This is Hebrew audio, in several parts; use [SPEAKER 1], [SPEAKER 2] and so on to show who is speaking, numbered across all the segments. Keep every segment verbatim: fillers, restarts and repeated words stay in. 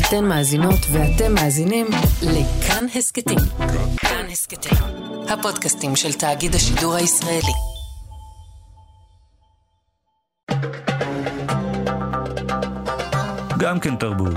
[SPEAKER 1] אתן מאזינות ואתם מאזינים לכאן הסקטים. כאן הסקטים, הפודקאסטים של תאגיד השידור הישראלי.
[SPEAKER 2] גם כן תרבות.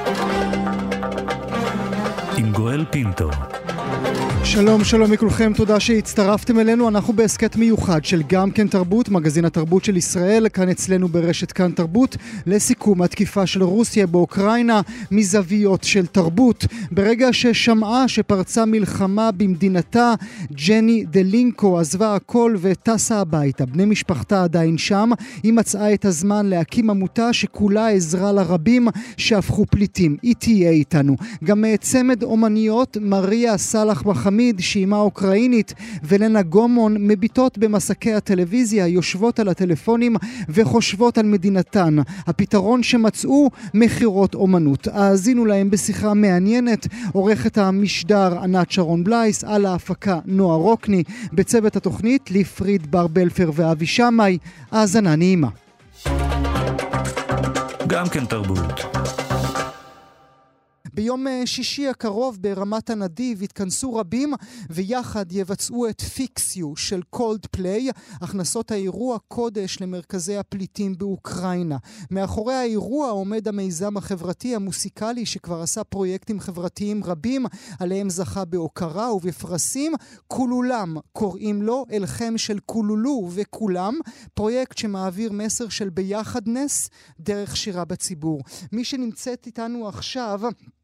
[SPEAKER 2] עם גואל פינטו.
[SPEAKER 3] שלום, שלום לכולכם, תודה שהצטרפתם אלינו. אנחנו בהסקט מיוחד של גם כן תרבות, מגזין התרבות של ישראל, כאן אצלנו ברשת כאן תרבות, לסיכום התקיפה של רוסיה באוקראינה מזוויות של תרבות. ברגע ששמעה שפרצה מלחמה במדינתה, ג'ני דלינקו עזבה הכל וטסה הביתה. בני משפחתה עדיין שם. היא מצאה את הזמן להקים עמותה שכולה עזרה לרבים שהפכו פליטים. היא תהיה איתנו. גם צמד אומניות, מריה סלח מחמיד, שאימה אוקראינית, ולנה גומון, מביטות במסקי הטלוויזיה, יושבות על הטלפונים וחושבות על מדינתן. הפתרון שמצאו, מחירות אומנות. האזינו להם בשיחה מעניינת. עורכת המשדר ענת שרון בלייס, על ההפקה נועה רוקני, בצוות התוכנית לפריד בר בלפר ואבי שמאי. האזנה נעימה.
[SPEAKER 2] גם כן תרבות.
[SPEAKER 3] ביום שישי הקרוב ברמת הנדיב התכנסו רבים ויחד יבצעו את פיקסיו של קולד פליי, הכנסות האירוע קודש למרכזי הפליטים באוקראינה. מאחורי האירוע עומד המיזם החברתי המוסיקלי שכבר עשה פרויקטים חברתיים רבים, עליהם זכה בהוקרה ובפרסים. כולולם קוראים לו, אלכם של כולולו וכולם, פרויקט שמעביר מסר של ביחדנס דרך שירה בציבור. מי שנמצאת איתנו עכשיו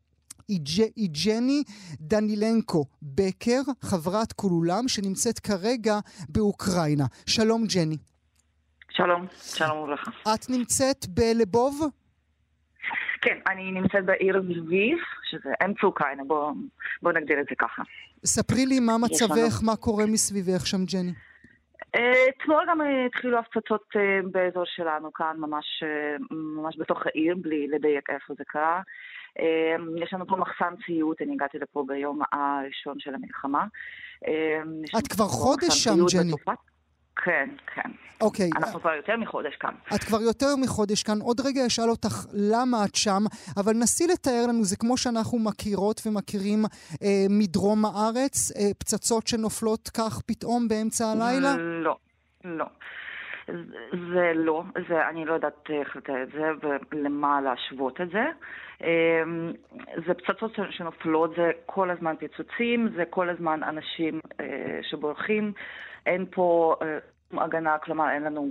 [SPEAKER 3] היא ג'ני דנילנקו בקר, חברת כולולם, שנמצאת כרגע באוקראינה. שלום ג'ני.
[SPEAKER 4] שלום, שלום וברכה.
[SPEAKER 3] את נמצאת בלבוב?
[SPEAKER 4] כן, אני נמצאת בעיר לביב, שזה אמצע אוקראינה, בוא, בוא נגדיר את זה ככה.
[SPEAKER 3] ספרי לי מה מצבך, מה קורה מסביבך שם ג'ני.
[SPEAKER 4] אתמול גם התחילו הפצצות באזור שלנו כאן, ממש, ממש בתוך העיר, בלי לדייק איפה זה קרה. יש לנו פה מחסן ציוד, אני הגעתי לפה ביום הראשון של המלחמה.
[SPEAKER 3] את כבר חודש שם, ג'ני?
[SPEAKER 4] כן, כן.
[SPEAKER 3] אוקיי.
[SPEAKER 4] אנחנו כבר יותר מחודש כאן.
[SPEAKER 3] את כבר יותר מחודש כאן. עוד רגע אשאל אותך למה את שם, אבל נסי לתאר לנו, זה כמו שאנחנו מכירות ומכירים אה, מדרום הארץ, אה, פצצות שנופלות כך פתאום באמצע הלילה?
[SPEAKER 4] לא, לא. זה לא, זה, אני לא יודעת איך לתאר את זה ולמה להשוות את זה. זה פצצות שנופלות, זה כל הזמן פיצוצים, זה כל הזמן אנשים שבורחים. אין פה הגנה, כלומר אין לנו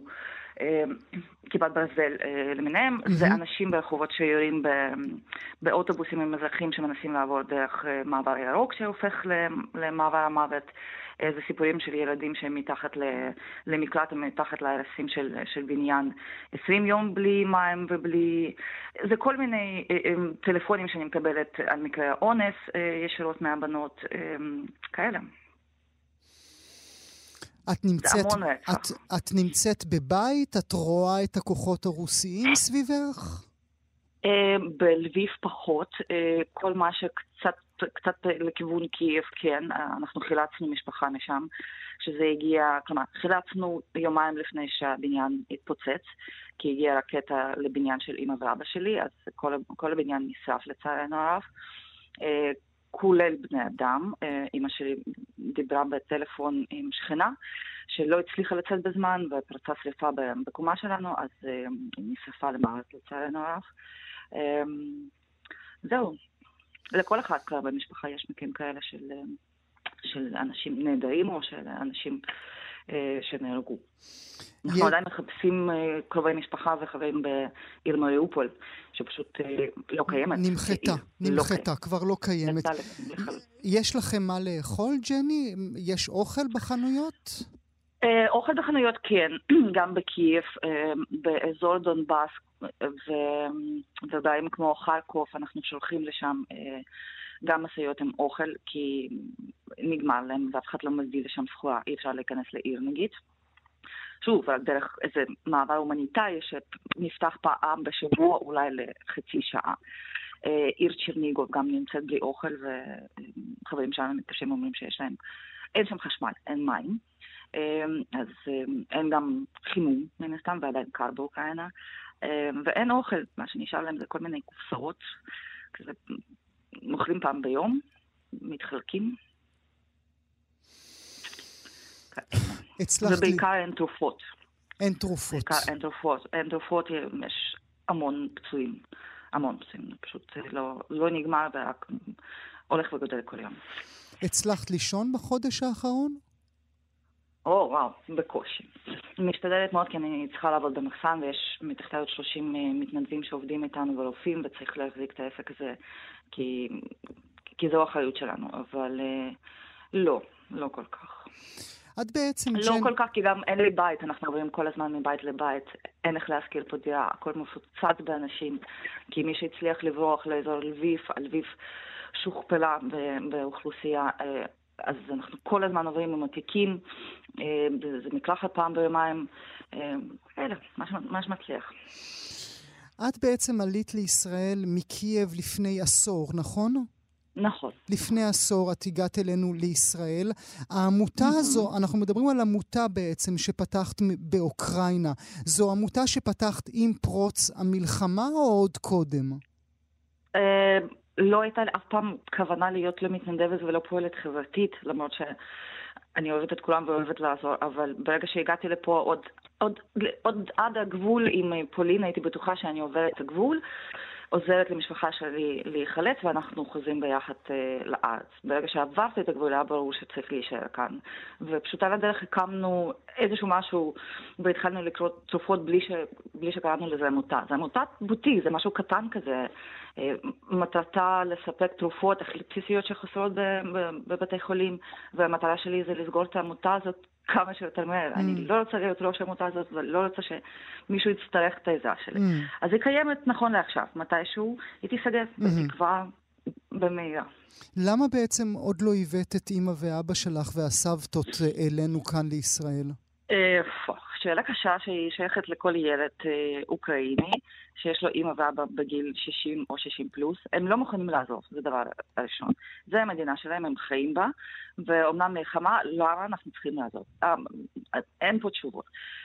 [SPEAKER 4] כיפת ברזל למיניהם. זה אנשים ברחובות שיורים באוטובוסים עם אזרחים שמנסים לעבור דרך מעבר ירוק שהופך למעבר המוות. זה סיפורים של ילדים שהם מתחת למקלט, מתחת להרסים של, של בניין עשרים יום בלי מים ובלי... זה כל מיני טלפונים שאני מקבלת על מקרה האונס, ישירות מהבנות, כאלה.
[SPEAKER 3] את נמצאת, את, את נמצאת בבית? את רואה את הכוחות הרוסיים סביבך?
[SPEAKER 4] בלביב פחות, כל מה שקצת קצת לכיוון קייב, כן, אנחנו חילצנו משפחה משם, שזה הגיע, כלומר, חילצנו יומיים לפני שהבניין התפוצץ, כי הגיעה רקטה לבניין של אמא ואבא שלי, אז כל, כל הבניין נשרף לצערנו הרב, כולל בני אדם. אמא שלי דיברה בטלפון עם שכנה, שלא הצליחה לצאת בזמן, ופרצה שריפה בקומה שלנו, אז היא נשרפה למעט לצערנו הרב. זהו. לכל אחד כבר במשפחה יש מקרים כאלה של, של אנשים נהדרים או של אנשים אה, שנהרגו. אנחנו yeah. עדיין מחפשים אה, קרובי משפחה וחברים בעיר מריופול, שפשוט אה, לא קיימת.
[SPEAKER 3] נמחתה, נמחתה, לא כבר לא קיימת. יש לכם מה לאכול, ג'ני? יש אוכל בחנויות?
[SPEAKER 4] אה, אוכל בחנויות כן, גם בקייב, אה, באזור דונבאס, ובאים כמו חרקוב, אנחנו שולחים לשם גם מסעיות עם אוכל, כי נגמר להם ואף אחד לא מביא לשם סחורה, אי אפשר להיכנס לעיר נגיד. שוב, דרך איזה מעבר הומניטרי שנפתח פעם בשבוע, אולי לחצי שעה. עיר צ'רניגוב גם נמצאת בלי אוכל, וחברים שלנו מתקשרים אומרים שיש להם, אין שם חשמל, אין מים. אז אין גם חימום מן הסתם, ועדיין קר באוקראינה. ואין אוכל, מה שנשאר להם זה כל מיני קופסאות כזה, אוכלים פעם ביום, מתחלקים. ובעיקר אין תרופות.
[SPEAKER 3] אין תרופות.
[SPEAKER 4] בעיקר אין תרופות. אין תרופות, יש המון פצועים. המון פצועים. פשוט לא, לא נגמר ורק הולך וגודל כל יום.
[SPEAKER 3] הצלחת לישון בחודש האחרון?
[SPEAKER 4] או, וואו, בקושי. אני משתדלת מאוד כי אני צריכה לעבוד במחסן ויש מתחתיי עוד שלושים מתנדבים שעובדים איתנו ורופאים וצריך להחזיק את העסק הזה כי, כי זו האחריות שלנו, אבל לא, לא כל כך.
[SPEAKER 3] את בעצם...
[SPEAKER 4] לא
[SPEAKER 3] ג'ן...
[SPEAKER 4] כל כך, כי גם אין לי בית, אנחנו עוברים כל הזמן מבית לבית, אין איך להשכיר פה דירה, הכל מפוצץ באנשים, כי מי שהצליח לברוח לאזור לביב, לביב שוכפלה באוכלוסייה, אז אנחנו כל הזמן עוברים עם התיקים, זה, זה מקלחת פעם ביומיים, אלה, מה שמצליח.
[SPEAKER 3] את בעצם עלית לישראל מקייב לפני עשור, נכון?
[SPEAKER 4] נכון.
[SPEAKER 3] לפני עשור את הגעת אלינו לישראל. העמותה הזו, אנחנו מדברים על עמותה בעצם שפתחת באוקראינה. זו עמותה שפתחת עם פרוץ המלחמה או עוד קודם?
[SPEAKER 4] לא הייתה אף פעם כוונה להיות לא מתנדבת ולא פועלת חברתית, למרות שאני אוהבת את כולם ואוהבת לעזור, אבל ברגע שהגעתי לפה עוד, עוד, עוד עד הגבול עם פולין, הייתי בטוחה שאני עוברת את הגבול, עוזרת למשפחה שלי להיחלץ, ואנחנו חוזרים ביחד uh, לארץ. ברגע שעברתי את הגבול, היה ברור שצריך להישאר כאן. ופשוט על הדרך הקמנו איזשהו משהו, והתחלנו לקרוא תרופות בלי, ש... בלי שקראנו לזה עמותה. זה עמותת בוטי, זה משהו קטן כזה. Uh, מטרתה לספק תרופות בסיסיות שחסרות בבתי חולים, והמטרה שלי זה לסגור את העמותה הזאת כמה שיותר מהר. Mm. אני לא רוצה להיות ראש העמותה הזאת, ולא רוצה שמישהו יצטרך את העזרה שלי. Mm. אז היא קיימת נכון לעכשיו. מתישהו היא תיסגר, mm-hmm. בתקווה במהירה.
[SPEAKER 3] למה בעצם עוד לא הבאת את אמא ואבא שלך והסבתות אלינו כאן לישראל?
[SPEAKER 4] שאלה קשה שהיא שייכת לכל ילד אוקראיני, שיש לו אמא ואבא בגיל שישים או שישים פלוס, הם לא מוכנים לעזוב, זה דבר הראשון. זה המדינה שלהם, הם חיים בה, ואומנם מלחמה, למה אנחנו צריכים לעזוב? אין פה תשובות.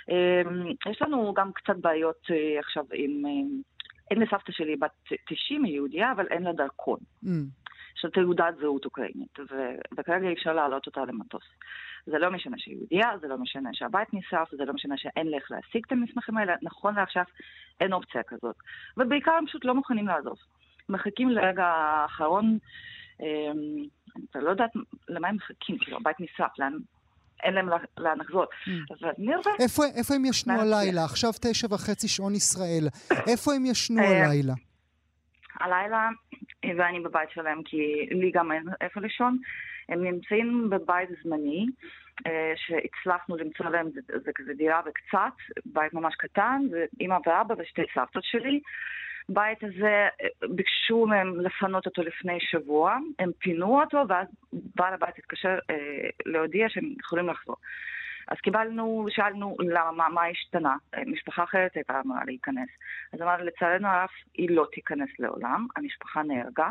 [SPEAKER 4] יש לנו גם קצת בעיות עכשיו עם... אין לסבתא שלי בת תשעים, היא יהודיה, אבל אין לה דרכון. של תעודת זהות אוקראינית, וכרגע אי אפשר להעלות אותה למטוס. זה לא משנה שהיא יהודיה, זה לא משנה שהבית נשרף, זה לא משנה שאין לך להשיג את המסמכים האלה, נכון לעכשיו אין אופציה כזאת. ובעיקר הם פשוט לא מוכנים לעזוב. מחכים לרגע האחרון, אני לא יודעת למה הם מחכים, כאילו הבית נשרף, לאן... אין להם לאן לחזור.
[SPEAKER 3] איפה, איפה הם ישנו הלילה? עכשיו תשע וחצי שעון ישראל. איפה הם ישנו הלילה?
[SPEAKER 4] הלילה, ואני בבית שלהם, כי לי גם אין איפה לישון, הם נמצאים בבית זמני, שהצלחנו למצוא להם, זה, זה כזה דירה וקצת, בית ממש קטן, זה אמא ואבא ושתי סבתות שלי. בית הזה, ביקשו מהם לפנות אותו לפני שבוע, הם פינו אותו, ואז בעל הבית התקשר אה, להודיע שהם יכולים לחזור. אז קיבלנו, שאלנו למה, מה השתנה. משפחה אחרת הייתה אמרה להיכנס. אז אמר, לצערנו הרב, היא לא תיכנס לעולם, המשפחה נהרגה,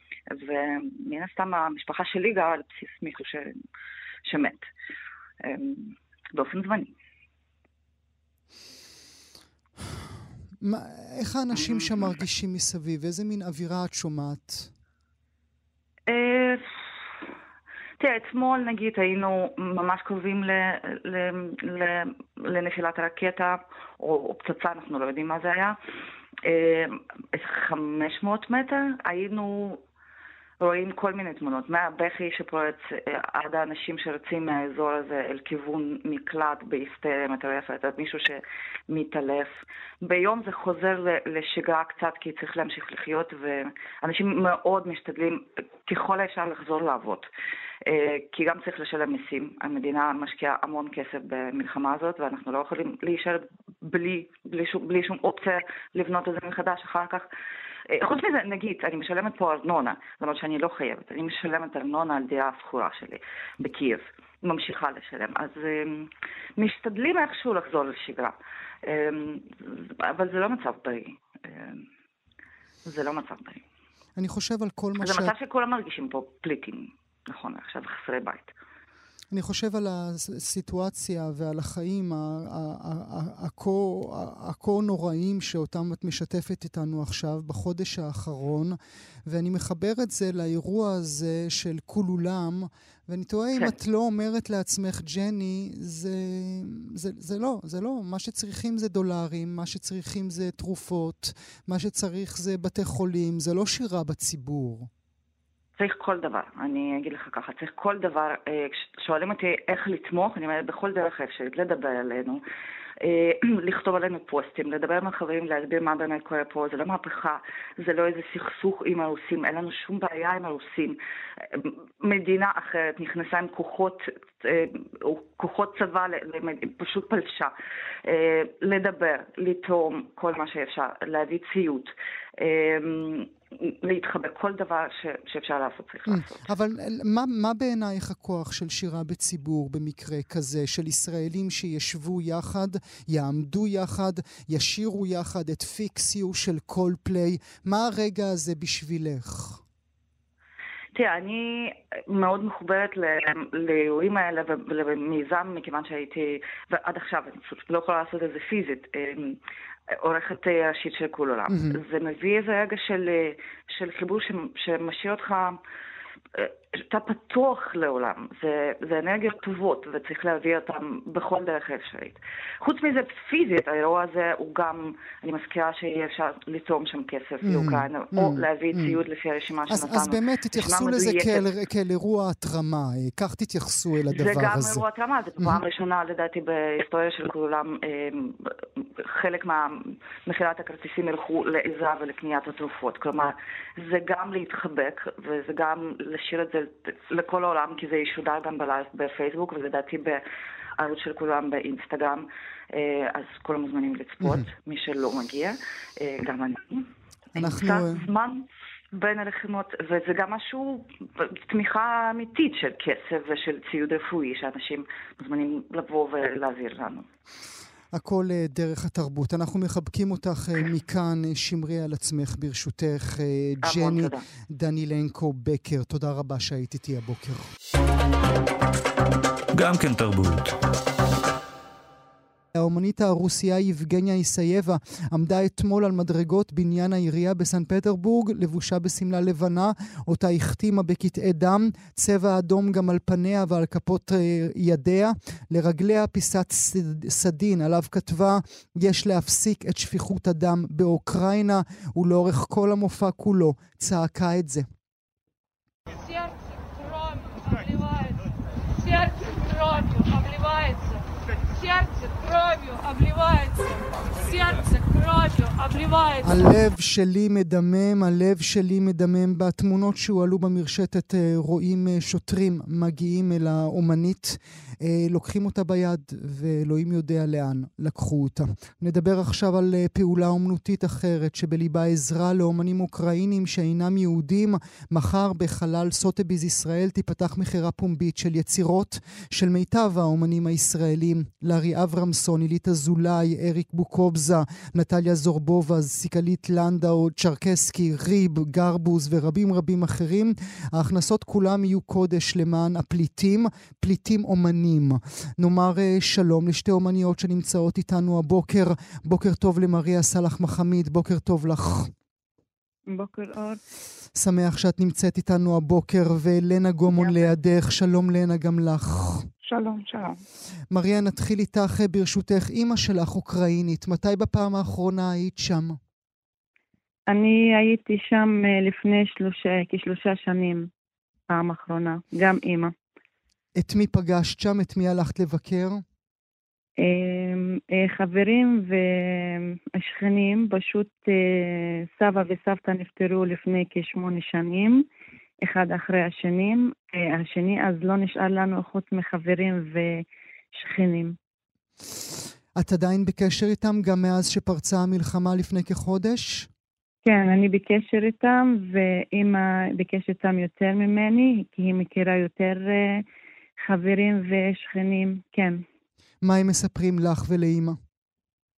[SPEAKER 4] ומן הסתם המשפחה שלי גרה על בסיס מישהו ש... שמת, באופן זמני.
[SPEAKER 3] מה, איך האנשים שם מרגישים מסביב? איזה מין אווירה את שומעת?
[SPEAKER 4] תראה, אתמול נגיד היינו ממש קרובים לנפילת הרקטה, או פצצה, אנחנו לא יודעים מה זה היה. חמש מאות מטר היינו רואים כל מיני תמונות, מהבכי שפורץ עד האנשים שרצים מהאזור הזה אל כיוון מקלט בהיסטריה מטורפת, עד מישהו שמתעלף. ביום זה חוזר לשגרה קצת, כי צריך להמשיך לחיות, ואנשים מאוד משתדלים ככל האפשר לחזור לעבוד. כי גם צריך לשלם מיסים. המדינה משקיעה המון כסף במלחמה הזאת, ואנחנו לא יכולים להישאר בלי, בלי, שום, בלי שום אופציה לבנות את זה מחדש אחר כך. חוץ מזה, נגיד, אני משלמת פה ארנונה, למרות שאני לא חייבת. אני משלמת ארנונה על דירה הסחורה שלי בקייב. ממשיכה לשלם. אז משתדלים איכשהו לחזור לשגרה. אבל זה לא מצב בריא. זה לא מצב בריא.
[SPEAKER 3] אני חושב על כל מה ש...
[SPEAKER 4] זה מצב שכולם מרגישים פה פליטים. נכון, עכשיו חסרי בית.
[SPEAKER 3] אני חושב על הסיטואציה ועל החיים הכה נוראים שאותם את משתפת איתנו עכשיו בחודש האחרון, ואני מחבר את זה לאירוע הזה של כולולם, ואני תוהה אם את לא אומרת לעצמך, ג'ני, זה, זה, זה לא, זה לא. מה שצריכים זה דולרים, מה שצריכים זה תרופות, מה שצריך זה בתי חולים, זה לא שירה בציבור.
[SPEAKER 4] צריך כל דבר, אני אגיד לך ככה, צריך כל דבר, כששואלים אותי איך לתמוך, אני אומרת בכל דרך אפשרית, לדבר עלינו, לכתוב עלינו פוסטים, לדבר עם החברים, להסביר מה באמת קורה פה, זה לא מהפכה, זה לא איזה סכסוך עם הרוסים, אין לנו שום בעיה עם הרוסים. מדינה אחרת נכנסה עם כוחות, כוחות צבא, פשוט פלשה. לדבר, לתרום כל מה שאפשר, להביא ציוד, להתחבא, כל דבר ש, שאפשר לעשות צריך לעשות.
[SPEAKER 3] אבל מה, מה בעינייך הכוח של שירה בציבור במקרה כזה, של ישראלים שישבו יחד, יעמדו יחד, ישירו יחד את פיקסיו של קול פליי? מה הרגע הזה בשבילך?
[SPEAKER 4] תראה, אני מאוד מחוברת לאירועים האלה ולמיזם, מכיוון שהייתי, ועד עכשיו אני פשוט לא יכולה לעשות את זה פיזית, עורכת ראשית של כל עולם. Mm-hmm. זה מביא איזה רגע של, של חיבור ש, שמשאיר אותך, אתה פתוח לעולם. זה, זה אנרגיות טובות, וצריך להביא אותם בכל דרך אפשרית. חוץ מזה, פיזית, האירוע הזה הוא גם, אני מזכירה שיהיה אפשר לתרום שם כסף mm-hmm. לאוקראינה, mm-hmm. או להביא ציוד mm-hmm. לפי הרשימה
[SPEAKER 3] אז,
[SPEAKER 4] שנתנו.
[SPEAKER 3] אז באמת תתייחסו לזה כאל, כאל אירוע התרמה, כך תתייחסו אל הדבר הזה.
[SPEAKER 4] זה גם אירוע התרמה, זו פעם mm-hmm. ראשונה, לדעתי, בהיסטוריה של כל עולם, חלק מהמכירת הכרטיסים ילכו לעזרה ולקניית התרופות. כלומר, זה גם להתחבק, וזה גם לשיר את זה לכל העולם, כי זה ישודר גם בלייב בפייסבוק, ולדעתי בערוץ של כולם באינסטגרם, אז כל המוזמנים לצפות, מי שלא מגיע, גם אני. אנחנו... קצת זמן בין הלחימות, וזה גם משהו, תמיכה אמיתית של כסף ושל ציוד רפואי, שאנשים מוזמנים לבוא ולהעביר לנו.
[SPEAKER 3] הכל דרך התרבות. אנחנו מחבקים אותך מכאן, שמרי על עצמך ברשותך, ג'ני דנילנקו בקר. תודה רבה שהיית איתי הבוקר.
[SPEAKER 2] גם כן תרבות.
[SPEAKER 3] האומנית הרוסיה יבגניה איסייבה עמדה אתמול על מדרגות בניין העירייה בסן פטרבורג, לבושה בסמלה לבנה, אותה החתימה בקטעי דם, צבע אדום גם על פניה ועל כפות ידיה, לרגליה פיסת סדין, עליו כתבה, יש להפסיק את שפיכות הדם באוקראינה, ולאורך כל המופע כולו צעקה את זה.
[SPEAKER 5] Сердце кровью обливается, сердце кровью обливается.
[SPEAKER 3] הלב שלי מדמם, הלב שלי מדמם. בתמונות שהועלו במרשתת רואים שוטרים מגיעים אל האומנית, לוקחים אותה ביד ואלוהים יודע לאן לקחו אותה. נדבר עכשיו על פעולה אומנותית אחרת שבליבה עזרה לאומנים אוקראינים שאינם יהודים. מחר בחלל סוטביז ישראל תיפתח מכירה פומבית של יצירות של מיטב האומנים הישראלים, לארי אברמסון, אילית אזולאי, אריק בוקובזה, נטליה זורבובה, סיקלית לנדאו, צ'רקסקי, ריב, גרבוז ורבים רבים אחרים. ההכנסות כולם יהיו קודש למען הפליטים, פליטים אומנים. נאמר שלום לשתי אומניות שנמצאות איתנו הבוקר. בוקר טוב למריה סלח מחמיד, בוקר טוב לך.
[SPEAKER 6] בוקר אור.
[SPEAKER 3] שמח שאת נמצאת איתנו הבוקר, ולנה גומון לידך. שלום לנה גם לך.
[SPEAKER 6] שלום, שלום.
[SPEAKER 3] מריה, נתחיל איתך ברשותך. אמא שלך אוקראינית, מתי בפעם האחרונה היית שם?
[SPEAKER 6] אני הייתי שם לפני שלושה, כשלושה שנים, פעם האחרונה, גם אמא.
[SPEAKER 3] את מי פגשת שם? את מי הלכת לבקר?
[SPEAKER 6] חברים והשכנים, פשוט סבא וסבתא נפטרו לפני כשמונה שנים, אחד אחרי השנים, השני, אז לא נשאר לנו חוץ מחברים ושכנים.
[SPEAKER 3] את עדיין בקשר איתם גם מאז שפרצה המלחמה לפני כחודש?
[SPEAKER 6] כן, אני בקשר איתם, ואמא בקשר איתם יותר ממני, כי היא מכירה יותר חברים ושכנים, כן.
[SPEAKER 3] מה הם מספרים לך ולאמא?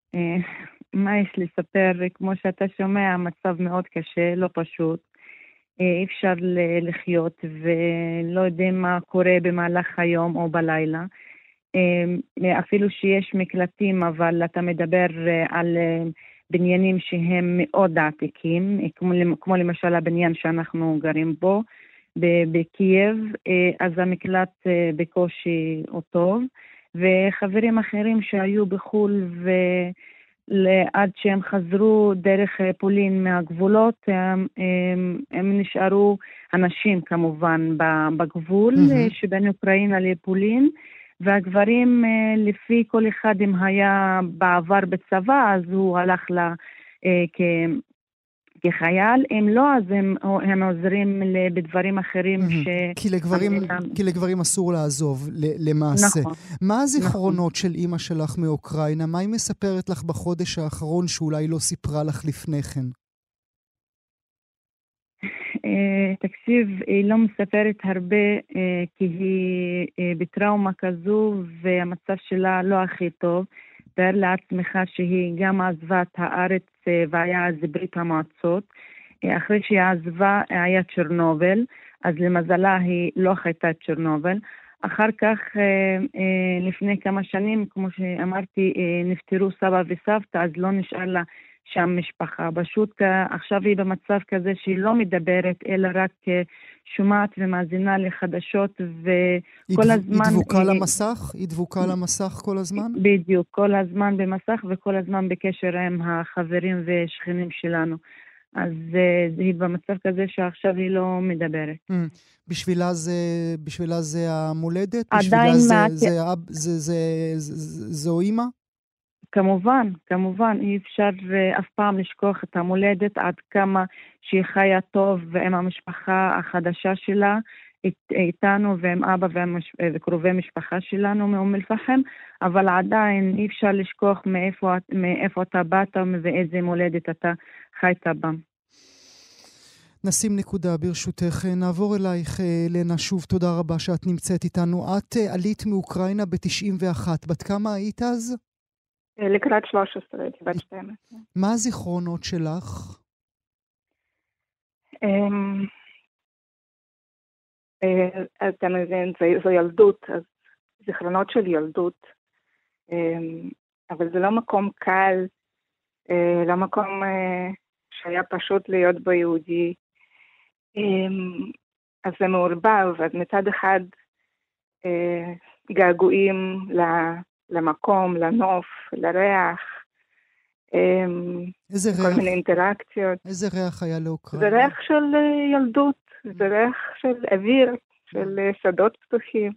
[SPEAKER 6] מה יש לספר? כמו שאתה שומע, המצב מאוד קשה, לא פשוט. אי אפשר לחיות ולא יודעים מה קורה במהלך היום או בלילה. אפילו שיש מקלטים, אבל אתה מדבר על בניינים שהם מאוד עתיקים, כמו, כמו למשל הבניין שאנחנו גרים בו בקייב, אז המקלט בקושי הוא טוב, וחברים אחרים שהיו בחול ועד שהם חזרו דרך פולין מהגבולות, הם, הם, הם נשארו אנשים כמובן בגבול mm-hmm. שבין אוקראינה לפולין, והגברים, לפי כל אחד אם היה בעבר בצבא, אז הוא הלך לה, כ, כחייל. אם לא, אז הם, הם עוזרים בדברים אחרים. ש...
[SPEAKER 3] כי, לגברים, כי לגברים אסור לעזוב, למעשה.
[SPEAKER 6] נכון.
[SPEAKER 3] מה הזיכרונות של אמא שלך מאוקראינה? מה היא מספרת לך בחודש האחרון שאולי לא סיפרה לך לפני כן?
[SPEAKER 6] תקשיב, היא לא מספרת הרבה כי היא בטראומה כזו והמצב שלה לא הכי טוב. תאר לעצמך שהיא גם עזבה את הארץ והיה אז ברית המועצות. אחרי שהיא עזבה היה צ'רנובל, אז למזלה היא לא חייתה את צ'רנובל. אחר כך, לפני כמה שנים, כמו שאמרתי, נפטרו סבא וסבתא, אז לא נשאר לה שם משפחה. פשוט עכשיו היא במצב כזה שהיא לא מדברת, אלא רק שומעת ומאזינה לחדשות, וכל הזמן...
[SPEAKER 3] היא דבוקה היא... למסך? היא דבוקה למסך כל הזמן?
[SPEAKER 6] בדיוק, כל הזמן במסך, וכל הזמן בקשר עם החברים ושכנים שלנו. אז היא במצב כזה שעכשיו היא לא מדברת.
[SPEAKER 3] בשבילה זה, בשבילה זה המולדת?
[SPEAKER 6] עדיין
[SPEAKER 3] בשבילה
[SPEAKER 6] מה...
[SPEAKER 3] זה, זה, זה, זה, זה, זה, זו אימא?
[SPEAKER 6] כמובן, כמובן, אי אפשר אף פעם לשכוח את המולדת עד כמה שהיא חיה טוב ועם המשפחה החדשה שלה, איתנו ועם אבא וקרובי משפחה שלנו מאום אל-פחם, אבל עדיין אי אפשר לשכוח מאיפה, מאיפה אתה באת ואיזה מולדת אתה חיית בה.
[SPEAKER 3] נשים נקודה ברשותך. נעבור אלייך, לנה, שוב תודה רבה שאת נמצאת איתנו. את עלית מאוקראינה ב-תשעים ואחת, בת כמה היית אז?
[SPEAKER 7] לקראת שלוש עשרה, הייתי בת שתים עשרה.
[SPEAKER 3] מה הזיכרונות שלך?
[SPEAKER 7] אתה מבין, זו ילדות, אז זיכרונות של ילדות, אבל זה לא מקום קל, לא מקום שהיה פשוט להיות בו יהודי, אז זה מעורבב, אז מצד אחד געגועים למקום, לנוף, לריח,
[SPEAKER 3] איזה
[SPEAKER 7] כל
[SPEAKER 3] ריח?
[SPEAKER 7] מיני אינטראקציות.
[SPEAKER 3] איזה ריח היה לאוקראינה?
[SPEAKER 7] זה ריח של ילדות, זה ריח של אוויר, של שדות פתוחים.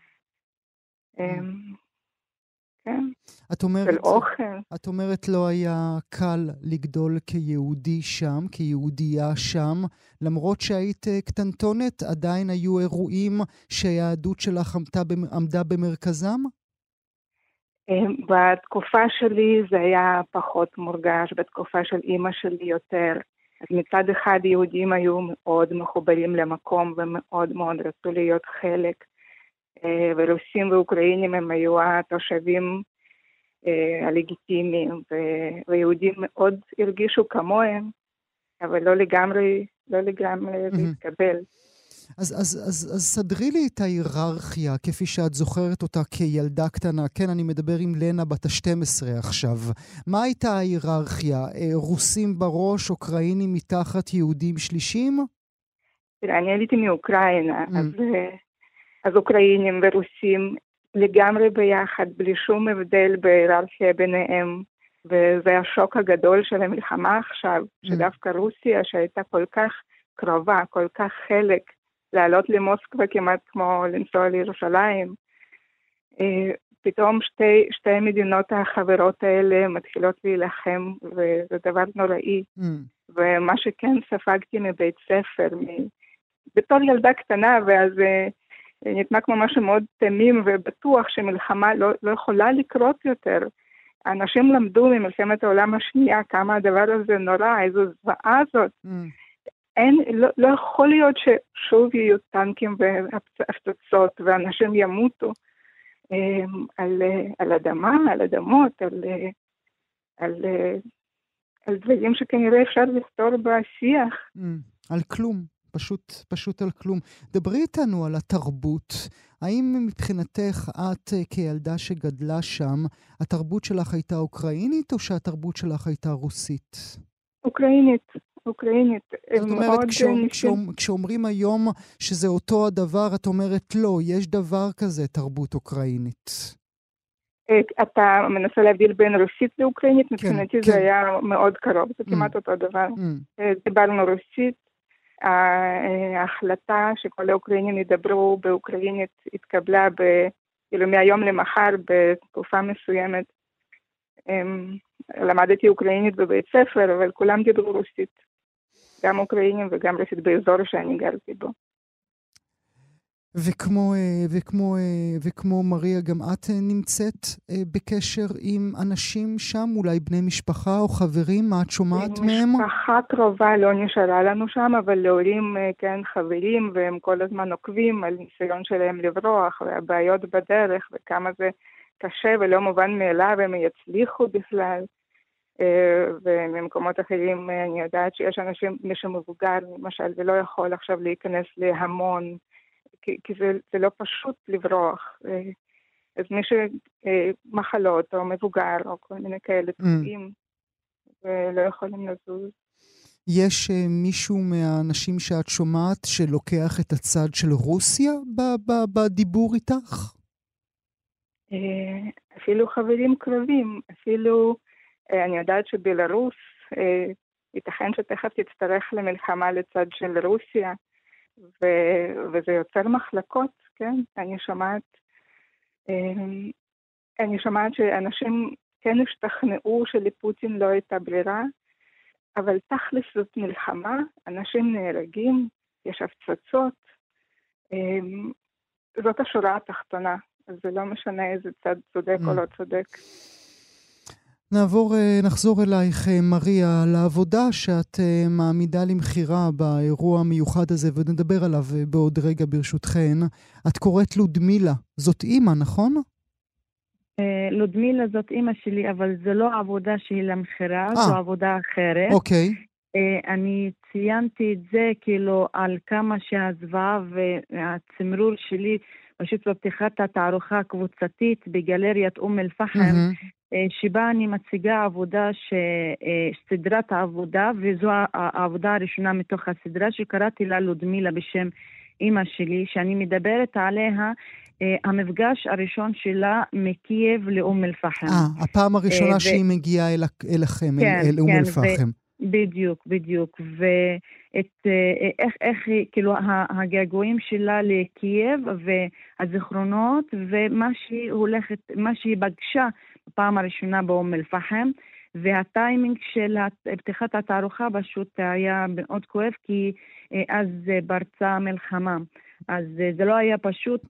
[SPEAKER 7] כן,
[SPEAKER 3] את אומרת,
[SPEAKER 7] של אוכל.
[SPEAKER 3] את אומרת לא היה קל לגדול כיהודי שם, כיהודייה שם, למרות שהיית קטנטונת, עדיין היו אירועים שהיהדות שלך עמדה, עמדה במרכזם?
[SPEAKER 7] בתקופה שלי זה היה פחות מורגש, בתקופה של אמא שלי יותר. אז מצד אחד יהודים היו מאוד מחוברים למקום ומאוד מאוד רצו להיות חלק, ורוסים ואוקראינים הם היו התושבים הלגיטימיים, ויהודים מאוד הרגישו כמוהם, אבל לא לגמרי, לא לגמרי להתקבל.
[SPEAKER 3] אז, אז, אז, אז סדרי לי את ההיררכיה, כפי שאת זוכרת אותה כילדה קטנה. כן, אני מדבר עם לנה בת ה-שתים עשרה עכשיו. מה הייתה ההיררכיה? רוסים בראש, אוקראינים מתחת, יהודים שלישים?
[SPEAKER 7] תראה, אני עליתי מאוקראינה, mm. אז, אז אוקראינים ורוסים לגמרי ביחד, בלי שום הבדל בהיררכיה ביניהם, וזה השוק הגדול של המלחמה עכשיו, mm. שדווקא רוסיה שהייתה כל כך קרובה, כל כך חלק, לעלות למוסקבה כמעט כמו לנסוע לירושלים. פתאום שתי, שתי המדינות החברות האלה מתחילות להילחם, וזה דבר נוראי. Mm. ומה שכן ספגתי מבית ספר, מ... בתור ילדה קטנה, ואז נתנה כמו משהו מאוד תמים ובטוח שמלחמה לא, לא יכולה לקרות יותר. האנשים למדו ממלחמת העולם השנייה כמה הדבר הזה נורא, איזו זוועה הזאת. Mm. אין, לא, לא יכול להיות ששוב יהיו טנקים והפצצות ואנשים ימותו על, על אדמה, על אדמות, על, על, על דברים שכנראה אפשר לפתור בשיח.
[SPEAKER 3] על כלום, פשוט, פשוט על כלום. דברי איתנו על התרבות. האם מבחינתך את כילדה שגדלה שם, התרבות שלך הייתה אוקראינית או שהתרבות שלך הייתה רוסית?
[SPEAKER 7] אוקראינית, אוקראינית.
[SPEAKER 3] זאת אומרת, כשאומ, כשאומ, כשאומרים היום שזה אותו הדבר, את אומרת לא, יש דבר כזה תרבות אוקראינית.
[SPEAKER 7] אתה מנסה להבדיל בין רוסית לאוקראינית? מבחינתי זה היה מאוד קרוב, זה כמעט אותו דבר. דיברנו רוסית, ההחלטה שכל האוקראינים ידברו באוקראינית התקבלה כאילו מהיום למחר בתקופה מסוימת. למדתי אוקראינית בבית ספר, אבל כולם דיברו רוסית. גם אוקראינים וגם רוסית באזור שאני גרתי בו.
[SPEAKER 3] וכמו, וכמו, וכמו מריה, גם את נמצאת בקשר עם אנשים שם, אולי בני משפחה או חברים, מה את שומעת מהם?
[SPEAKER 7] משפחה קרובה לא נשארה לנו שם, אבל להורים כן חברים, והם כל הזמן עוקבים על ניסיון שלהם לברוח, והבעיות בדרך, וכמה זה קשה ולא מובן מאליו, והם יצליחו בכלל. וממקומות אחרים אני יודעת שיש אנשים, מי שמבוגר למשל, ולא יכול עכשיו להיכנס להמון, כי, כי זה, זה לא פשוט לברוח. אז מי שמחלות או מבוגר או כל מיני כאלה תקועים, ולא יכולים לזוז.
[SPEAKER 3] יש מישהו מהאנשים שאת שומעת שלוקח את הצד של רוסיה ב- ב- בדיבור איתך?
[SPEAKER 7] אפילו חברים קרובים, אפילו אני יודעת שבלרוס ייתכן שתכף תצטרך למלחמה לצד של רוסיה, ו- וזה יוצר מחלקות, כן? אני שומעת, אני שומעת שאנשים כן השתכנעו שלפוטין לא הייתה ברירה, אבל תכלס זאת מלחמה, אנשים נהרגים, יש הפצצות, זאת השורה התחתונה, אז זה לא משנה איזה צד צודק או לא צודק.
[SPEAKER 3] נעבור, נחזור אלייך, מריה, לעבודה שאת מעמידה למחירה באירוע המיוחד הזה, ונדבר עליו בעוד רגע ברשותכן. את קוראת לודמילה, זאת אימא, נכון?
[SPEAKER 6] לודמילה זאת אימא שלי, אבל זה לא עבודה שהיא למחירה, זו עבודה אחרת.
[SPEAKER 3] אוקיי.
[SPEAKER 6] אני ציינתי את זה כאילו על כמה שהזוועה והצמרור שלי, פשוט בפתיחת התערוכה הקבוצתית בגלריית אום אל-פחם, שבה אני מציגה עבודה, סדרת העבודה, וזו העבודה הראשונה מתוך הסדרה שקראתי לה לודמילה בשם אמא שלי, שאני מדברת עליה, המפגש הראשון שלה מקייב לאום אל-פחם.
[SPEAKER 3] אה, הפעם הראשונה ו... שהיא מגיעה אל, אליכם, כן, אל אום כן, אל-פחם. ו...
[SPEAKER 6] בדיוק, בדיוק. ואת, איך, איך, כאילו, הגעגועים שלה לקייב והזיכרונות, ומה שהיא הולכת, מה שהיא פגשה בפעם הראשונה באום אל-פחם, והטיימינג של פתיחת התערוכה פשוט היה מאוד כואב, כי אז פרצה מלחמה. אז זה לא היה פשוט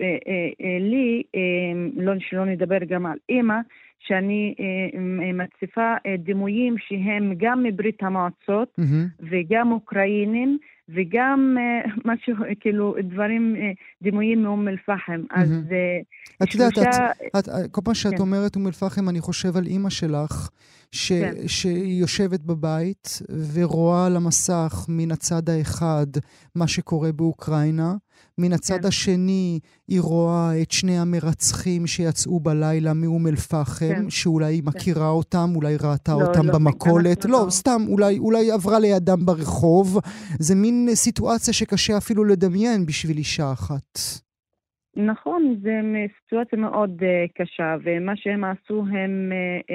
[SPEAKER 6] לי, לא שלא נדבר גם על אמא, שאני מציפה דימויים שהם גם מברית המועצות, וגם אוקראינים, וגם משהו, כאילו, דברים, דימויים מאום אל-פחם. אז
[SPEAKER 3] את יודעת, כל פעם שאת אומרת אום אל-פחם, אני חושב על אמא שלך, שהיא יושבת בבית, ורואה על המסך מן הצד האחד מה שקורה באוקראינה, מן הצד השני היא רואה את שני המרצחים שיצאו בלילה מאום אל-פחם, שאולי היא מכירה אותם, אולי ראתה אותם במקולת, לא, סתם, אולי עברה לידם ברחוב. זה מין סיטואציה שקשה אפילו לדמיין בשביל אישה אחת.
[SPEAKER 6] נכון, זו סיטואציה מאוד קשה, ומה שהם עשו הם,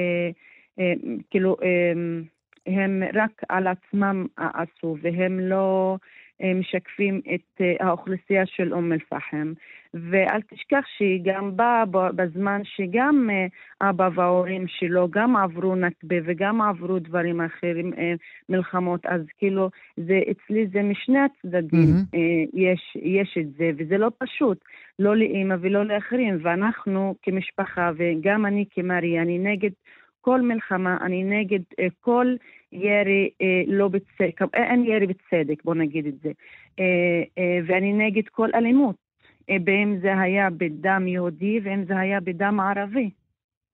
[SPEAKER 6] כאילו, הם רק על עצמם עשו, והם לא משקפים את האוכלוסייה של אום אל-פחם. ואל תשכח שהיא גם באה בזמן שגם אבא וההורים שלו גם עברו נכבה וגם עברו דברים אחרים, מלחמות. אז כאילו, זה, אצלי זה משני הצדדים, mm-hmm. יש, יש את זה, וזה לא פשוט, לא לאמא ולא לאחרים. ואנחנו כמשפחה, וגם אני כמריה, אני נגד כל מלחמה, אני נגד כל ירי לא בצדק, אין ירי בצדק, בוא נגיד את זה. ואני נגד כל אלימות, באם זה היה בדם יהודי ואם זה היה בדם ערבי.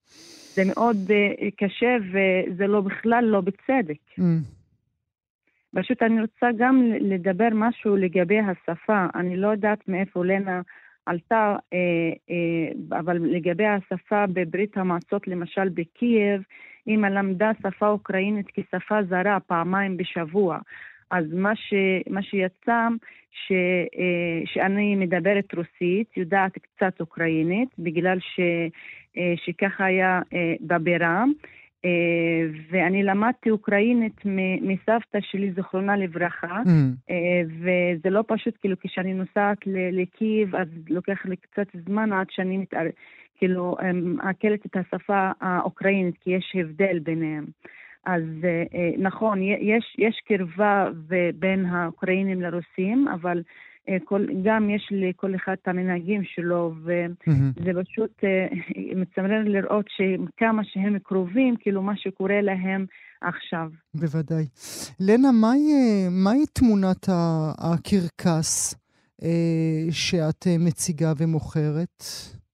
[SPEAKER 6] זה מאוד קשה וזה לא בכלל לא בצדק. פשוט אני רוצה גם לדבר משהו לגבי השפה. אני לא יודעת מאיפה לנה עלתה, אבל לגבי השפה בברית המועצות, למשל בקייב, היא למדה שפה אוקראינית כשפה זרה פעמיים בשבוע. אז מה, ש, מה שיצא, ש, שאני מדברת רוסית, יודעת קצת אוקראינית, בגלל ש, שככה היה בבירה, ואני למדתי אוקראינית מסבתא שלי, זכרונה לברכה, mm. וזה לא פשוט, כאילו כשאני נוסעת לקייב, אז לוקח לי קצת זמן עד שאני מתאר, כאילו מעכלת את השפה האוקראינית, כי יש הבדל ביניהם. אז נכון, יש, יש קרבה בין האוקראינים לרוסים, אבל כל, גם יש לכל אחד את המנהגים שלו, וזה פשוט מצמרר לראות שכמה שהם קרובים, כאילו מה שקורה להם עכשיו.
[SPEAKER 3] בוודאי. לנה, מהי, מהי תמונת הקרקס שאת מציגה ומוכרת?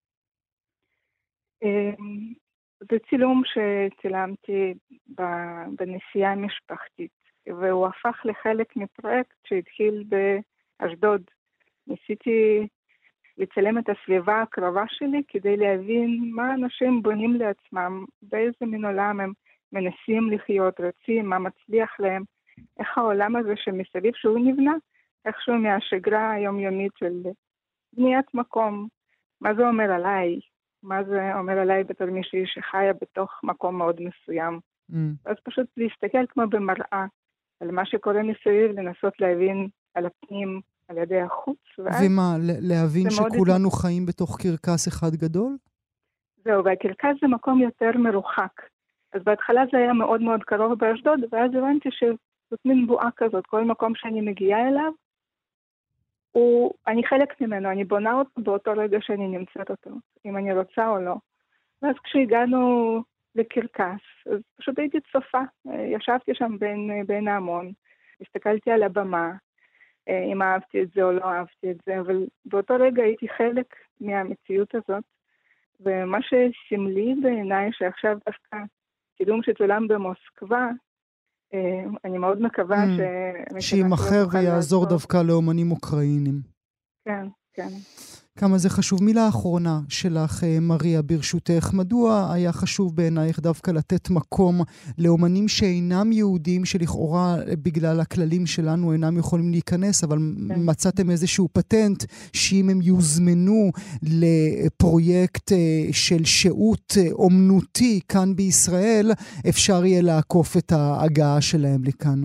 [SPEAKER 7] זה צילום שצילמתי בנסיעה משפחתית, והוא הפך לחלק מפרויקט שהתחיל באשדוד. ניסיתי לצלם את הסביבה הקרובה שלי כדי להבין מה אנשים בונים לעצמם, באיזה מין עולם הם מנסים לחיות, רצים, מה מצליח להם, איך העולם הזה שמסביב שהוא נבנה, איכשהו מהשגרה היומיומית של בניית מקום, מה זה אומר עליי, מה זה אומר עליי בתור מישהי שחיה בתוך מקום מאוד מסוים. Mm. אז פשוט להסתכל כמו במראה על מה שקורה מסביב, לנסות להבין על הפנים, על ידי החוץ.
[SPEAKER 3] ומה, להבין שכולנו מאוד... חיים בתוך קרקס אחד גדול?
[SPEAKER 7] זהו, והקרקס זה מקום יותר מרוחק. אז בהתחלה זה היה מאוד מאוד קרוב באשדוד, ואז הבנתי שזאת מין בועה כזאת, כל מקום שאני מגיעה אליו, הוא, אני חלק ממנו, אני בונה אותו באותו רגע שאני נמצאת אותו, אם אני רוצה או לא. ואז כשהגענו לקרקס, אז פשוט הייתי צופה, ישבתי שם בין, בין ההמון, הסתכלתי על הבמה, אם אהבתי את זה או לא אהבתי את זה, אבל באותו רגע הייתי חלק מהמציאות הזאת, ומה שסמלי בעיניי שעכשיו דווקא קידום שצולם במוסקבה, אני מאוד מקווה ש...
[SPEAKER 3] שימחר ויעזור דווקא לאומנים אוקראינים.
[SPEAKER 7] כן, כן.
[SPEAKER 3] כמה זה חשוב. מילה האחרונה שלך, מריה, ברשותך, מדוע היה חשוב בעינייך דווקא לתת מקום לאומנים שאינם יהודים, שלכאורה בגלל הכללים שלנו אינם יכולים להיכנס, אבל כן. מצאתם איזשהו פטנט שאם הם יוזמנו לפרויקט של שהות אומנותי כאן בישראל, אפשר יהיה לעקוף את ההגעה שלהם לכאן.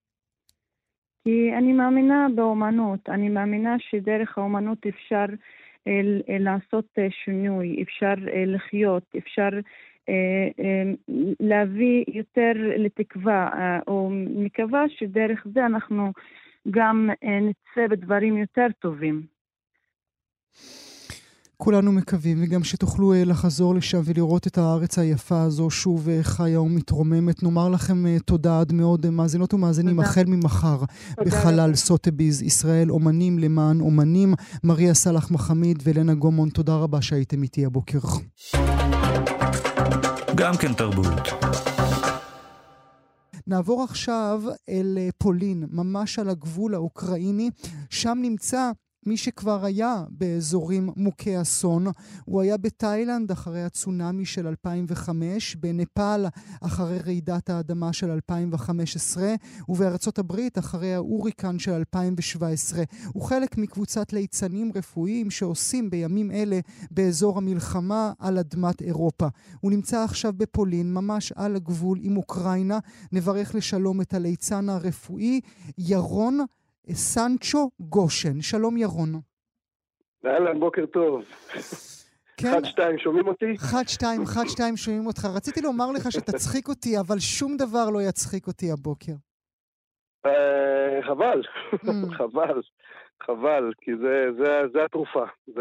[SPEAKER 6] כי אני מאמינה באומנות, אני מאמינה שדרך האומנות אפשר אה, לעשות אה, שינוי, אפשר אה, לחיות, אפשר אה, אה, להביא יותר לתקווה, אה, או מקווה שדרך זה אנחנו גם אה, נצא בדברים יותר טובים.
[SPEAKER 3] כולנו מקווים, וגם שתוכלו לחזור לשם ולראות את הארץ היפה הזו שוב חיה ומתרוממת. נאמר לכם תודה עד מאוד, מאזינות ומאזינים, החל ממחר בחלל סוטביז ישראל, אומנים למען אומנים. מריה סלח מחמיד ולנה גומון, תודה רבה שהייתם איתי הבוקר.
[SPEAKER 2] גם כן תרבות.
[SPEAKER 3] נעבור עכשיו אל פולין, ממש על הגבול האוקראיני. שם נמצא מי שכבר היה באזורים מוכי אסון. הוא היה בתאילנד אחרי הצונאמי של אלפיים וחמש, בנפאל אחרי רעידת האדמה של אלפיים וחמש עשרה, ובארצות הברית אחרי ההוריקן של אלפיים שבע עשרה. הוא חלק מקבוצת ליצנים רפואיים שעושים בימים אלה באזור המלחמה על אדמת אירופה. הוא נמצא עכשיו בפולין, ממש על הגבול עם אוקראינה. נברך לשלום את הליצן הרפואי ירון סנצ'ו גושן. שלום ירון.
[SPEAKER 8] אהלן, בוקר טוב.
[SPEAKER 3] כן?
[SPEAKER 8] אחד שתיים, שומעים אותי?
[SPEAKER 3] אחד שתיים, אחד שתיים, שומעים אותך. רציתי לומר לך שתצחיק אותי, אבל שום דבר לא יצחיק אותי הבוקר.
[SPEAKER 8] חבל, חבל, חבל, כי זה התרופה.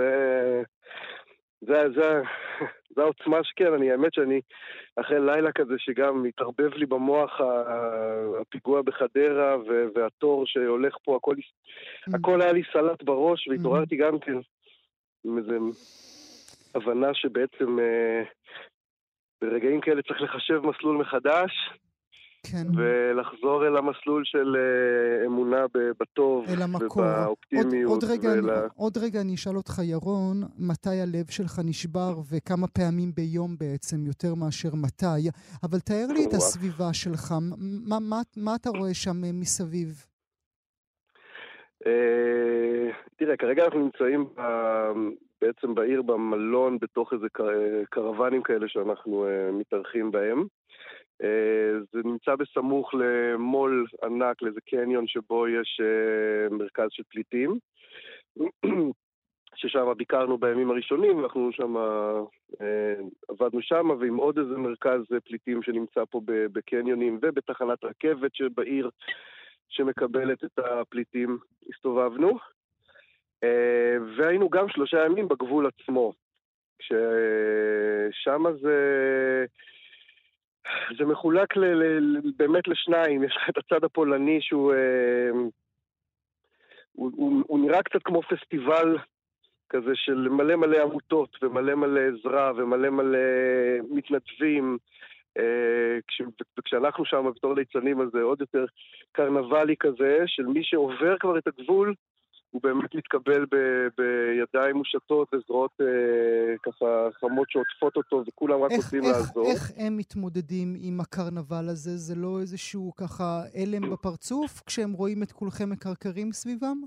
[SPEAKER 8] זה העוצמה שכן, אני האמת שאני אחרי לילה כזה שגם מתערבב לי במוח הפיגוע בחדרה והתור שהולך פה, הכל היה לי סלט בראש, והתעוררתי גם כן עם איזו הבנה שבעצם ברגעים כאלה צריך לחשב מסלול מחדש.
[SPEAKER 3] כן.
[SPEAKER 8] ולחזור אל המסלול של אמונה בטוב ובאופטימיות.
[SPEAKER 3] עוד, עוד, רגע,
[SPEAKER 8] ול...
[SPEAKER 3] אני, עוד רגע אני אשאל אותך, ירון, מתי הלב שלך נשבר וכמה פעמים ביום בעצם, יותר מאשר מתי, אבל תאר לי את הסביבה שלך, מה, מה, מה אתה רואה שם מסביב?
[SPEAKER 8] תראה, כרגע אנחנו נמצאים בעצם בעיר במלון, בתוך איזה קרוונים כאלה שאנחנו מתארחים בהם. זה נמצא בסמוך למול ענק, לאיזה קניון שבו יש מרכז של פליטים, ששם ביקרנו בימים הראשונים, ואנחנו שם עבדנו שם, ועם עוד איזה מרכז פליטים שנמצא פה בקניונים ובתחנת רכבת שבעיר שמקבלת את הפליטים, הסתובבנו. והיינו גם שלושה ימים בגבול עצמו, כששם זה... זה מחולק ל, ל, באמת לשניים. יש לך את הצד הפולני שהוא הוא, הוא, הוא נראה קצת כמו פסטיבל כזה של מלא מלא עמותות ומלא מלא עזרה ומלא מלא מתנדבים. כש, וכשאנחנו שם בתור ליצנים, אז זה עוד יותר קרנבלי כזה של מי שעובר כבר את הגבול, הוא באמת מתקבל ב, בידיים מושטות וזרועות אה, ככה חמות שעוטפות אותו, וכולם רק רוצים לעזור.
[SPEAKER 3] איך הם מתמודדים עם הקרנבל הזה? זה לא איזשהו ככה אלם בפרצוף כשהם רואים את כולכם מקרקרים סביבם?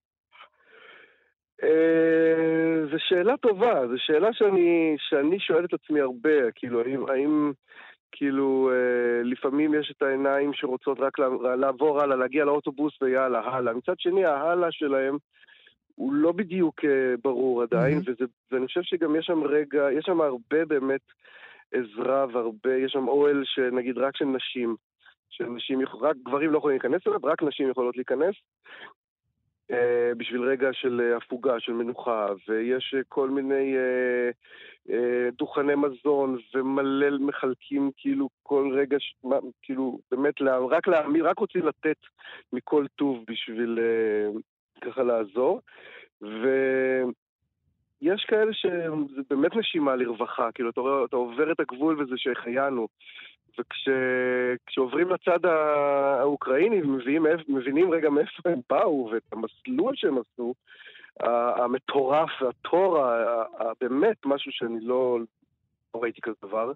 [SPEAKER 8] אה, זו שאלה טובה, זו שאלה שאני, שאני שואל את עצמי הרבה, כאילו, האם... האם כאילו, אה, לפעמים יש את העיניים שרוצות רק לעבור הלאה, להגיע לאוטובוס ויאללה, הלאה. מצד שני, ההלאה שלהם הוא לא בדיוק אה, ברור עדיין, mm-hmm. וזה, ואני חושב שגם יש שם רגע, יש שם הרבה באמת עזרה והרבה, יש שם אוהל שנגיד רק של נשים, שנשים, רק גברים לא יכולים להיכנס אליו, רק נשים יכולות להיכנס, Uh, בשביל רגע של הפוגה, של מנוחה, ויש uh, כל מיני uh, uh, דוכני מזון, ומלא מחלקים כאילו כל רגע, ש... מה, כאילו באמת לה... רק, לה... רק רוצים לתת מכל טוב בשביל uh, ככה לעזור, ויש כאלה שזה באמת נשימה לרווחה, כאילו אתה, אתה עובר את הגבול וזה שחיינו, וכשעוברים לצד האוקראיני ומבינים, מבינים רגע מאיפה הם באו ואת המסלול שהם עשו, המטורף והתור, באמת משהו שאני לא ראיתי כזה דבר,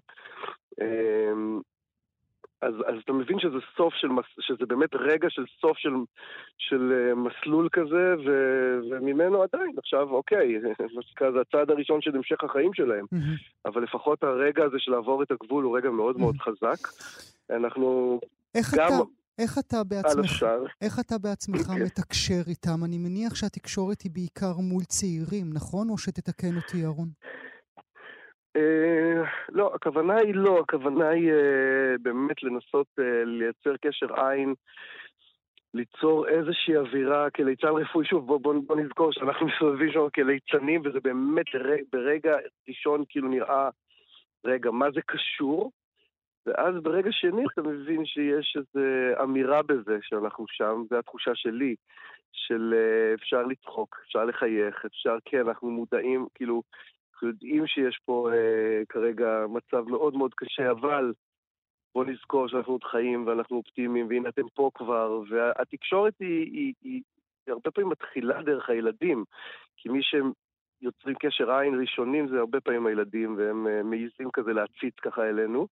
[SPEAKER 8] אז, אז אתה מבין שזה סוף של, שזה באמת רגע של סוף של, של מסלול כזה, ו, וממנו עדיין, עכשיו, אוקיי, זה הצעד הראשון של המשך החיים שלהם, mm-hmm. אבל לפחות הרגע הזה של לעבור את הגבול הוא רגע מאוד מאוד חזק. אנחנו
[SPEAKER 3] איך
[SPEAKER 8] גם...
[SPEAKER 3] אתה... איך אתה בעצמך, איך אתה בעצמך מתקשר איתם? אני מניח שהתקשורת היא בעיקר מול צעירים, נכון? או שתתקן אותי, ירון?
[SPEAKER 8] לא, הכוונה היא לא, הכוונה היא באמת לנסות לייצר קשר עין, ליצור איזושהי אווירה כליצן רפואי. שוב, בוא, בוא, בוא נזכור שאנחנו מסתובבים שם כליצנים, וזה באמת ברגע ראשון כאילו נראה, רגע, מה זה קשור? ואז ברגע שני אתה מבין שיש איזו אמירה בזה שאנחנו שם, זו התחושה שלי, של אפשר לצחוק, אפשר לחייך, אפשר, כן, אנחנו מודעים, כאילו, אנחנו יודעים שיש פה אה, כרגע מצב מאוד מאוד קשה, אבל בוא נזכור שאנחנו עוד חיים ואנחנו אופטימיים, והנה אתם פה כבר, והתקשורת היא, היא, היא, היא הרבה פעמים מתחילה דרך הילדים, כי מי שיוצרים קשר עין ראשונים זה הרבה פעמים הילדים, והם אה, מעיזים כזה להציץ ככה אלינו,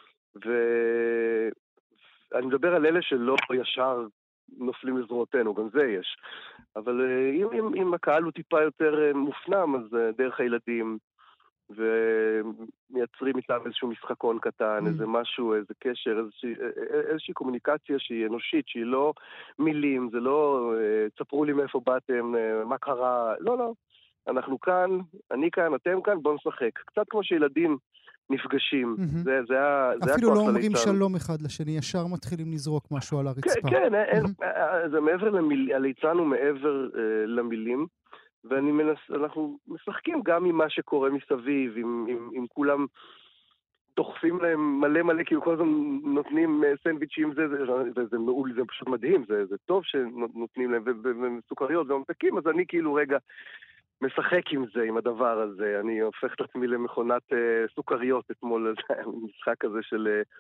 [SPEAKER 8] ואני מדבר על אלה שלא ישר נופלים לזרועותינו, גם זה יש. אבל אם, אם, אם הקהל הוא טיפה יותר מופנם, אז דרך הילדים, ומייצרים איתם איזשהו משחקון קטן, mm. איזה משהו, איזה קשר, איזושהי, איזושהי קומוניקציה שהיא אנושית, שהיא לא מילים, זה לא תספרו לי מאיפה באתם, מה קרה, לא, לא. אנחנו כאן, אני כאן, אתם כאן, בואו נשחק. קצת כמו שילדים נפגשים. Mm-hmm. זה, זה, זה
[SPEAKER 3] אפילו לא אומרים שלום אחד לשני, ישר מתחילים לזרוק משהו על הרצפה.
[SPEAKER 8] כן, כן, mm-hmm. זה מעבר למילים, הליצן הוא מעבר uh, למילים, ואנחנו משחקים גם עם מה שקורה מסביב, עם, עם, עם כולם דוחפים להם מלא מלא, כאילו כל הזמן נותנים סנדוויצ'ים, זה, זה, זה, זה מעול, זה פשוט מדהים, זה, זה טוב שנותנים להם, וסוכריות וממתקים, אז אני כאילו רגע משחק עם זה, עם הדבר הזה, אני הופך את עצמי למכונת uh, סוכריות אתמול, משחק הזה של uh,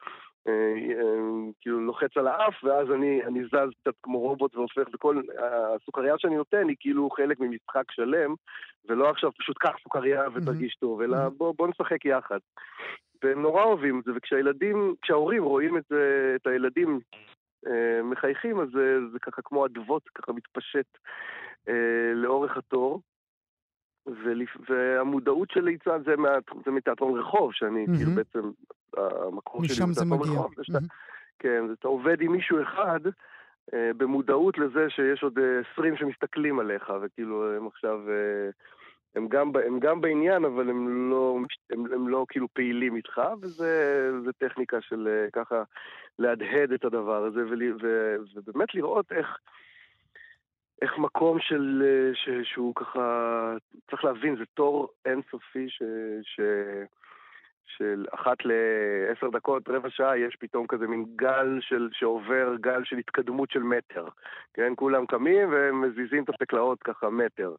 [SPEAKER 8] כאילו לוחץ על האף, ואז אני, אני זז קצת כמו רובוט והופך, וכל הסוכריה שאני נותן היא כאילו חלק ממשחק שלם, ולא עכשיו פשוט קח סוכריה ותרגיש טוב, אלא בוא, בוא נשחק יחד. והם נורא אוהבים את זה, וכשהילדים, כשההורים רואים את, את הילדים אה, מחייכים, אז זה, זה ככה כמו אדוות, ככה מתפשט אה, לאורך התור, ולפ... והמודעות של ליצן זה, מה... זה מתיאטרון רחוב, שאני mm-hmm. כאילו בעצם, המקור שלי
[SPEAKER 3] משם זה מגיע. רחוב,
[SPEAKER 8] mm-hmm. שאתה... כן, אתה עובד עם מישהו אחד, אה, במודעות לזה שיש עוד עשרים שמסתכלים עליך, וכאילו הם עכשיו... אה, הם גם, הם גם בעניין, אבל הם לא, הם, הם לא כאילו פעילים איתך, וזה, זה טכניקה של ככה להדהד את הדבר הזה, ול, ו, ובאמת לראות איך, איך מקום של, ש, שהוא ככה, צריך להבין, זה תור אינסופי, ש, ש, של אחת לעשר דקות, רבע שעה, יש פתאום כזה מין גל של, שעובר, גל של התקדמות של מטר, כן? כולם קמים ומזיזים את הסקלאות ככה מטר.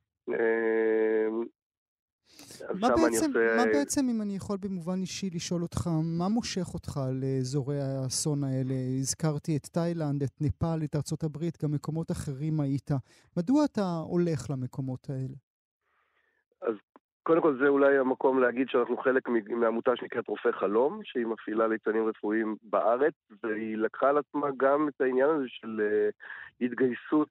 [SPEAKER 3] מה בעצם, מה בעצם, אם אני יכול במובן אישי לשאול אותך, מה מושך אותך לאזורי האסון האלה? הזכרתי את תאילנד, את נפאל, את ארצות הברית, גם מקומות אחרים היית. מדוע אתה הולך למקומות האלה? אז
[SPEAKER 8] קודם כל זה אולי המקום להגיד שאנחנו חלק מהעמותה שנקראת רופא חלום, שהיא מפעילה ליצנים רפואיים בארץ, והיא לקחה על עצמה גם את העניין הזה של התגייסות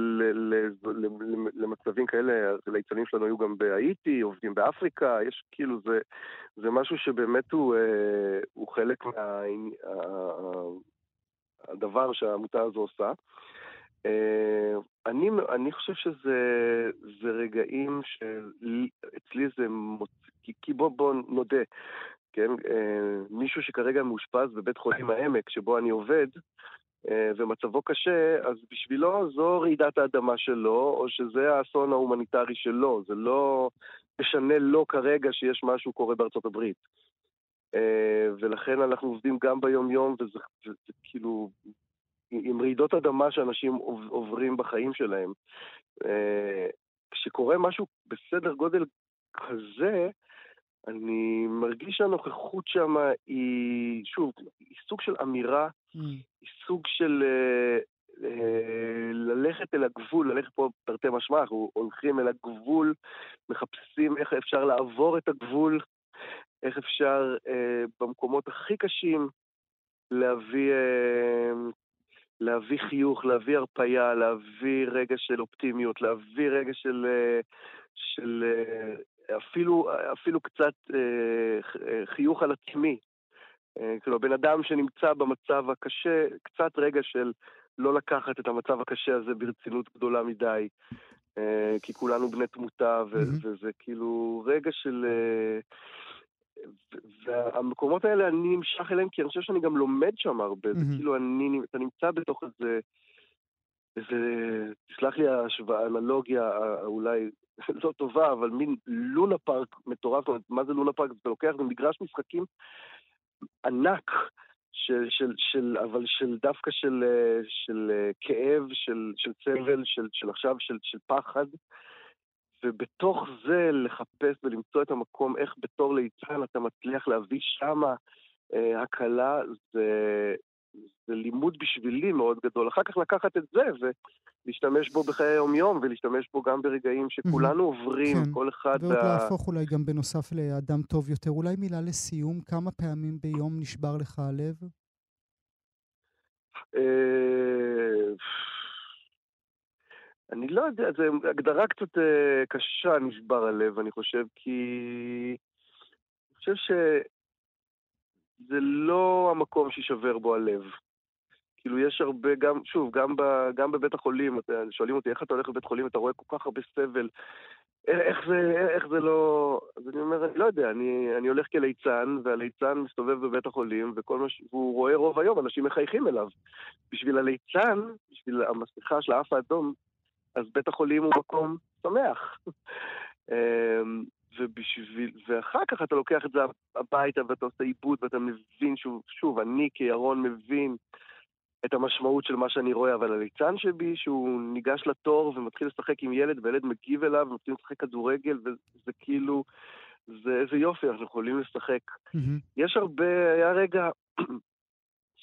[SPEAKER 8] למצבים כאלה. הליצנים שלנו היו גם בהאיטי, עובדים באפריקה, יש כאילו זה, זה משהו שבאמת הוא, הוא חלק מהדבר שהעמותה הזו עושה. אני, אני חושב שזה זה רגעים שאצלי זה מוצ... כי, כי בוא, בוא נודה, כן? מישהו שכרגע מאושפז בבית חולים העמק שבו אני עובד ומצבו קשה, אז בשבילו זו רעידת האדמה שלו, או שזה האסון ההומניטרי שלו, זה לא משנה לו כרגע שיש משהו קורה בארצות הברית. ולכן אנחנו עובדים גם ביום יום, וזה זה, זה, כאילו... עם רעידות אדמה שאנשים עוברים בחיים שלהם. כשקורה משהו בסדר גודל כזה, אני מרגיש שהנוכחות שם היא, שוב, היא סוג של אמירה, היא סוג של ללכת אל הגבול, ללכת פה תרתי משמע, אנחנו הולכים אל הגבול, מחפשים איך אפשר לעבור את הגבול, איך אפשר במקומות הכי קשים להביא... להביא חיוך, להביא הרפאיה, להביא רגע של אופטימיות, להביא רגע של, של אפילו, אפילו קצת חיוך על עצמי. כאילו, בן אדם שנמצא במצב הקשה, קצת רגע של לא לקחת את המצב הקשה הזה ברצינות גדולה מדי, כי כולנו בני תמותה, וזה כאילו רגע של... והמקומות האלה אני נמשך אליהם, כי אני חושב שאני גם לומד שם הרבה, זה כאילו אני, אתה נמצא בתוך איזה, איזה, תסלח לי ההשוואה, האנלוגיה אולי לא טובה, אבל מין לונה פארק מטורף. מה זה לונה פארק? אתה לוקח, זה מגרש משחקים ענק, של, של, של, אבל של דווקא של, של כאב, של, של צבל, של, של עכשיו, של, של פחד, ובתוך זה לחפש ולמצוא את המקום, איך בתור ליצן אתה מצליח להביא שמה אה, הקלה, זה, זה לימוד בשבילי מאוד גדול. אחר כך לקחת את זה ולהשתמש בו בחיי היום יום, ולהשתמש בו גם ברגעים שכולנו עוברים, כן. כל אחד...
[SPEAKER 3] ועוד ה... להפוך אולי גם בנוסף לאדם טוב יותר. אולי מילה לסיום, כמה פעמים ביום נשבר לך הלב?
[SPEAKER 8] אה... אני לא יודע, זו הגדרה קצת uh, קשה, נשבר הלב, אני חושב, כי אני חושב שזה לא המקום שישבר בו הלב. כאילו יש הרבה, גם, שוב, גם, ב, גם בבית החולים, אתה, שואלים אותי, איך אתה הולך לבית חולים, אתה רואה כל כך הרבה סבל, איך, איך, זה, איך זה לא... אז אני אומר, אני לא יודע, אני, אני הולך כליצן, והליצן מסתובב בבית החולים, וכל מה ש... והוא רואה רוב היום, אנשים מחייכים אליו. בשביל הליצן, בשביל המסכה של האף האדום, אז בית החולים הוא מקום שמח. ובשביל, ואחר כך אתה לוקח את זה הביתה ואתה עושה עיבוד ואתה מבין שוב, שוב, אני כירון מבין את המשמעות של מה שאני רואה, אבל הליצן שבי שהוא ניגש לתור ומתחיל לשחק עם ילד וילד מגיב אליו ומתחיל לשחק כדורגל, וזה כאילו, זה איזה יופי, אנחנו יכולים לשחק. Mm-hmm. יש הרבה, היה רגע,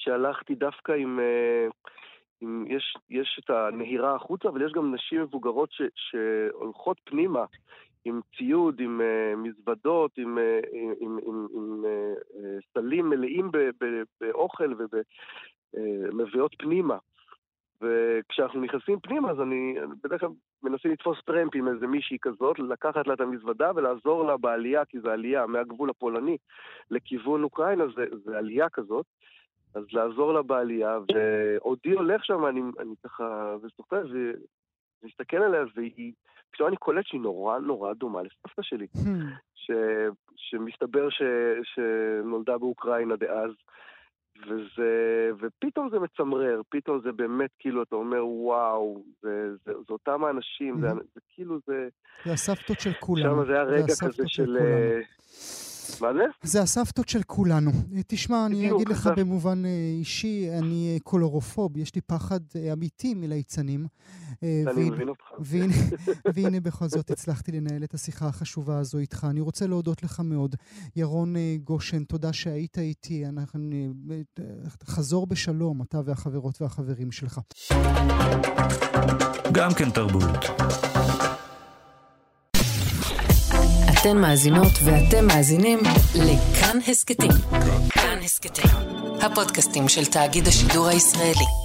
[SPEAKER 8] שהלכתי דווקא עם... עם יש, יש את הנהירה החוצה, אבל יש גם נשים מבוגרות ש, שהולכות פנימה, עם ציוד, עם uh, מזוודות, עם, uh, עם, עם, עם, עם uh, סלים מלאים ב, ב, באוכל ומביאות uh, פנימה. וכשאנחנו נכנסים פנימה, אז אני בדרך כלל מנסים לתפוס טרמפ עם איזה מישהי כזאת, לקחת לה את המזוודה ולעזור לה בעלייה, כי זה עלייה מהגבול הפולני לכיוון אוקראינה, זה, זה עלייה כזאת. אז לעזור לה בעלייה, ועודי הולך שם, אני, אני ככה, וסופר, ומסתכל עליה, והיא, פתאום אני קולט שהיא נורא נורא דומה לסבתא שלי, ש, שמסתבר ש, שנולדה באוקראינה דאז, וזה, ופתאום זה מצמרר, פתאום זה באמת, כאילו, אתה אומר, וואו, זה, זה, זה אותם האנשים, זה, זה כאילו, זה...
[SPEAKER 3] זה הסבתות של כולנו.
[SPEAKER 8] שם זה הרגע כזה של... מה זה?
[SPEAKER 3] זה הסבתות של כולנו. תשמע, אני אגיד לך במובן אישי, אני קולורופוב, יש לי פחד אמיתי מליצנים.
[SPEAKER 8] אני מבין אותך.
[SPEAKER 3] והנה בכל זאת הצלחתי לנהל את השיחה החשובה הזו איתך. אני רוצה להודות לך מאוד. ירון גושן, תודה שהיית איתי. חזור בשלום, אתה והחברות והחברים שלך.
[SPEAKER 2] גם כן תרבות.
[SPEAKER 1] אתן מאזינות ואתם מאזינים לכאן הסקטים. כאן הסקטים, הפודקאסטים של תאגיד השידור הישראלי.